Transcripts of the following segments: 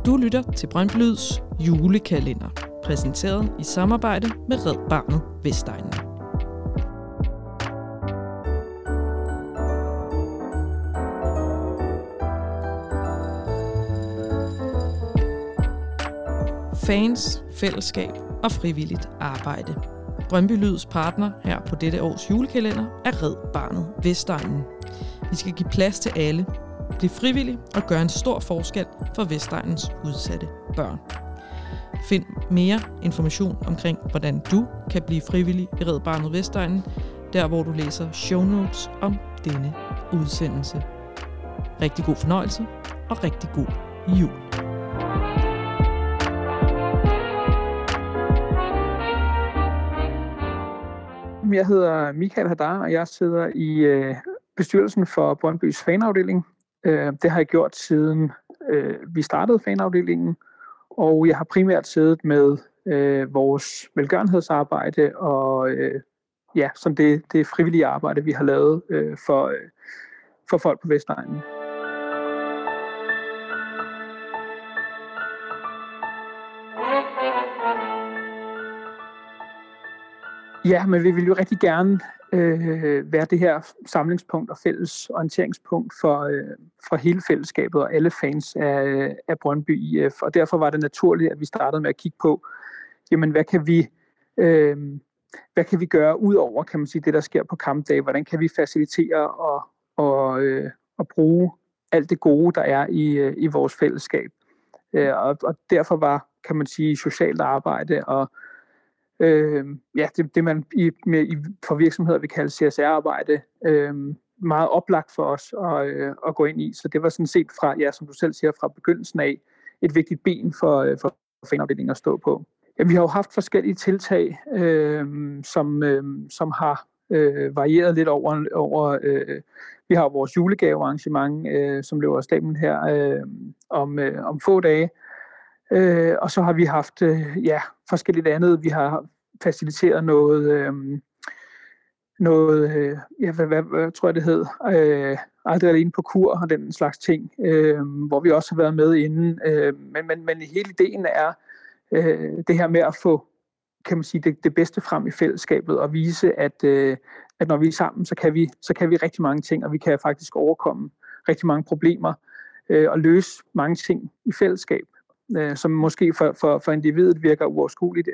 Du lytter til Brøndby Lyds julekalender, præsenteret i samarbejde med Red Barnet Vestegnen. Fans, fællesskab og frivilligt arbejde. Brøndby Lyds partner her på dette års julekalender er Red Barnet Vestegnen. Vi skal give plads til alle, blive frivillig og gøre en stor forskel for Vestegnens udsatte børn. Find mere information omkring, hvordan du kan blive frivillig i Red Barnet Vestegnen, der hvor du læser show notes om denne udsendelse. Rigtig god fornøjelse og rigtig god jul. Jeg hedder Michael Hadar, og jeg sidder i bestyrelsen for Brøndbys fanafdeling. Det har jeg gjort siden vi startede fanafdelingen, og jeg har primært siddet med vores velgørenhedsarbejde og som det frivillige arbejde, vi har lavet for folk på Vestegnen. Ja, men vi vil jo rigtig gerne være det her samlingspunkt og fælles orienteringspunkt for hele fællesskabet og alle fans af Brøndby IF. Og derfor var det naturligt, at vi startede med at kigge på, jamen hvad kan vi gøre ud over, kan man sige, det der sker på kampdag? Hvordan kan vi facilitere og bruge alt det gode, der er i vores fællesskab? Og derfor var, kan man sige, socialt arbejde og det man for virksomheder vil kalde CSR-arbejde, meget oplagt for os at gå ind i. Så det var sådan set fra, som du selv siger, fra begyndelsen af et vigtigt ben for fanafdelingen at stå på. Ja, vi har jo haft forskellige tiltag, som har varieret lidt over vi har vores julegavearrangement, som løber af stablen her om få dage. Og så har vi haft forskelligt andet. Vi har faciliteret hvad tror jeg det hed, aldrig alene på kur og den slags ting, hvor vi også har været med inden. Men hele ideen er det her med at få, kan man sige, det bedste frem i fællesskabet og vise, at når vi er sammen, så kan vi rigtig mange ting, og vi kan faktisk overkomme rigtig mange problemer og løse mange ting i fællesskab, som måske for individet virker uoverskueligt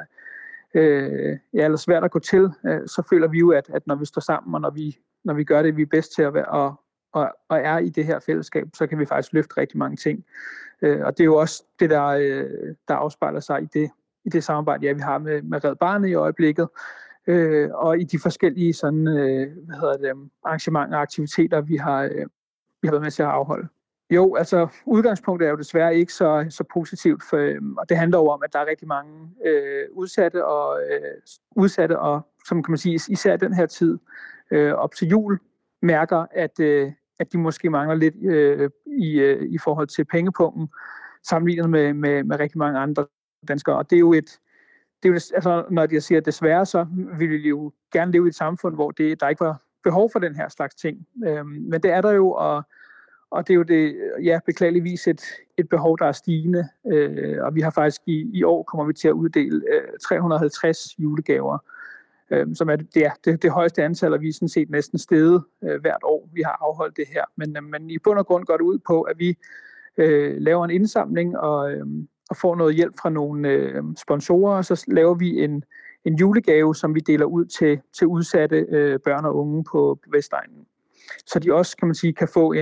eller svært at gå til, så føler vi jo, at når vi står sammen, og når vi gør det, vi er bedst til at være og er i det her fællesskab, så kan vi faktisk løfte rigtig mange ting. Og det er jo også det, der afspejler sig i det samarbejde, vi har med Red Barnet i øjeblikket, og i de forskellige sådan, arrangementer og aktiviteter, vi har været med til at afholde. Jo, altså udgangspunktet er jo desværre ikke så positivt, og det handler jo om, at der er rigtig mange udsatte og som kan man sige, især den her tid op til jul, mærker, at de måske mangler lidt i forhold til pengepunkten, sammenlignet med rigtig mange andre danskere. Og det er jo altså, når jeg siger desværre, så vil vi jo gerne leve i et samfund, hvor der ikke var behov for den her slags ting. Men det er der jo, og det er jo beklageligvis et behov, der er stigende. Og vi har faktisk i år kommer vi til at uddele 350 julegaver, som er det højeste antal, og vi er sådan set næsten steget hvert år, vi har afholdt det her. Men i bund og grund går det ud på, at vi laver en indsamling og får noget hjælp fra nogle sponsorer, og så laver vi en julegave, som vi deler ud til udsatte børn og unge på Vestegnen. Så de også, kan man sige, kan få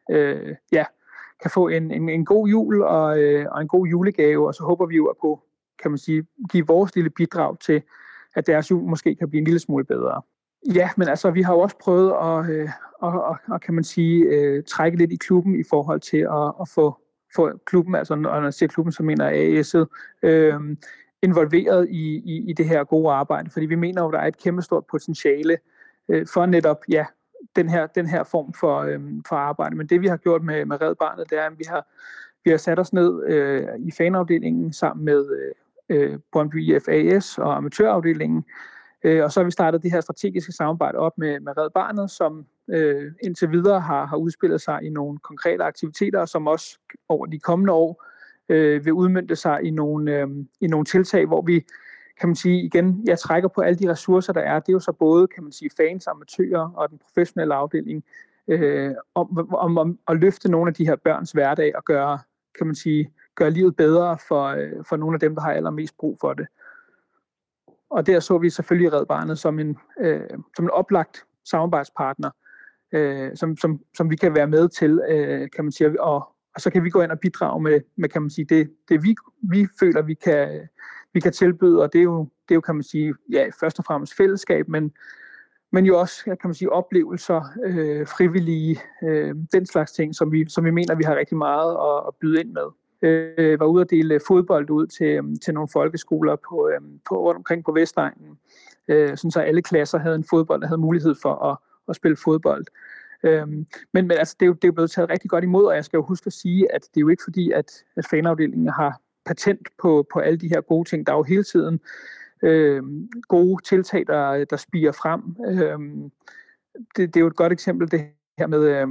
en god jul og en god julegave, og så håber vi jo at kunne, kan man sige, give vores lille bidrag til, at deres jul måske kan blive en lille smule bedre. Ja, men altså, vi har jo også prøvet at kan man sige, trække lidt i klubben i forhold til at få klubben, altså når jeg siger klubben, så mener jeg AS'et, involveret i det her gode arbejde, fordi vi mener jo, der er et kæmpestort potentiale for netop, den her form for arbejde. Men det vi har gjort med Red Barnet, det er, at vi har sat os ned i fanafdelingen sammen med Brøndby IF AS og amatørafdelingen, og så har vi startet det her strategiske samarbejde op med Red Barnet, som indtil videre har udspillet sig i nogle konkrete aktiviteter, som også over de kommende år vil udmønte sig i nogle tiltag, hvor vi, kan man sige igen, jeg trækker på alle de ressourcer, der er. Det er jo så både, kan man sige, fans, amatører og den professionelle afdeling, om at løfte nogle af de her børns hverdag og gøre, kan man sige, gøre livet bedre for nogle af dem, der har allermest brug for det. Og der så vi selvfølgelig Red Barnet som en oplagt samarbejdspartner, som vi kan være med til, kan man sige, og så kan vi gå ind og bidrage med kan man sige, det vi føler, vi kan tilbyde, og det er jo kan man sige, ja, først og fremmest fællesskab, men jo også, kan man sige, oplevelser, frivillige, den slags ting, som vi mener, vi har rigtig meget at byde ind med. Var ude at dele fodbold ud til nogle folkeskoler rundt omkring på Vestegnen, sådan så alle klasser havde en fodbold, der havde mulighed for at spille fodbold. Men altså, det er jo blevet taget rigtig godt imod, og jeg skal jo huske at sige, at det er jo ikke fordi, at fanafdelingen har patent på alle de her gode ting. Der er jo hele tiden gode tiltag, der spiger frem. Det er jo et godt eksempel, det her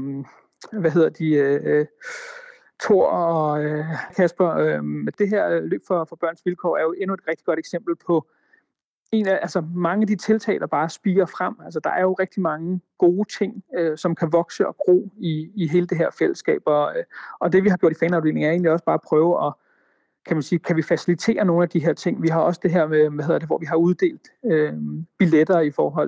med, Thor og Kasper. Det her løb for børns vilkår er jo endnu et rigtig godt eksempel på mange af de tiltag, der bare spiger frem. Altså, der er jo rigtig mange gode ting, som kan vokse og gro i hele det her fællesskab. Og det, vi har gjort i fanafdelingen, er egentlig også bare at prøve at, kan man sige, kan vi facilitere nogle af de her ting. Vi har også det her med, hvor vi har uddelt billetter i forhold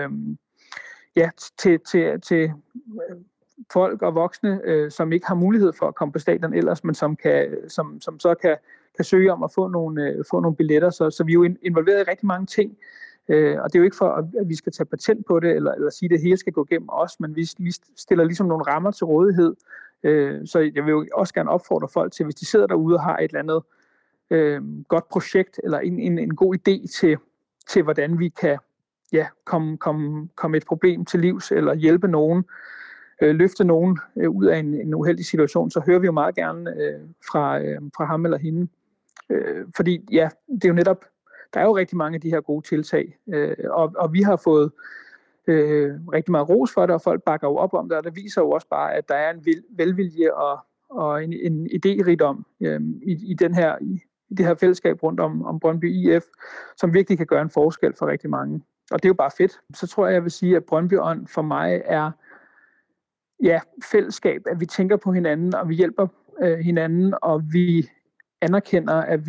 til folk og voksne, som ikke har mulighed for at komme på stadion ellers, men som så kan søge om at få nogle billetter. Så vi er jo involveret i rigtig mange ting. Og det er jo ikke for, at vi skal tage patent på det, eller sige, at det hele skal gå gennem os, men vi stiller ligesom nogle rammer til rådighed. Så jeg vil jo også gerne opfordre folk til, hvis de sidder derude og har et eller andet godt projekt, eller en god idé til hvordan vi kan komme et problem til livs, eller hjælpe nogen, løfte nogen ud af en uheldig situation, så hører vi jo meget gerne fra ham eller hende. Fordi ja, det er jo netop, der er jo rigtig mange af de her gode tiltag, og vi har fået rigtig meget ros for det, og folk bakker jo op om det, og det viser jo også bare, at der er en velvilje og en idérigdom i det her fællesskab rundt om Brøndby IF, som virkelig kan gøre en forskel for rigtig mange. Og det er jo bare fedt. Så tror jeg vil sige, at Brøndby Ånd for mig er fællesskab, at vi tænker på hinanden, og vi hjælper hinanden, og vi anerkender,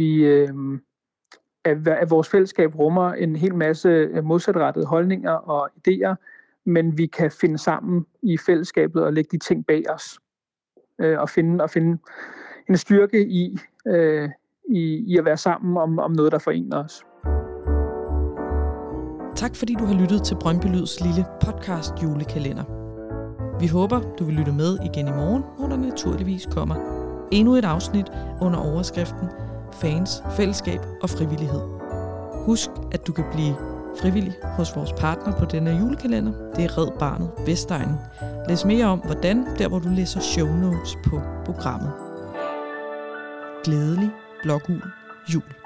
at vores fællesskab rummer en hel masse modsatrettede holdninger og idéer, men vi kan finde sammen i fællesskabet og lægge de ting bag os, og finde en styrke i at være sammen om noget, der forener os. Tak fordi du har lyttet til Brøndby Lyds lille podcast julekalender. Vi håber, du vil lytte med igen i morgen, hvor der naturligvis kommer endnu et afsnit under overskriften Fans, Fællesskab og Frivillighed. Husk, at du kan blive frivillig hos vores partner på denne julekalender. Det er Red Barnet Vestegnen. Læs mere om, hvordan, der hvor du læser show notes på programmet. Glædelig blågul jul.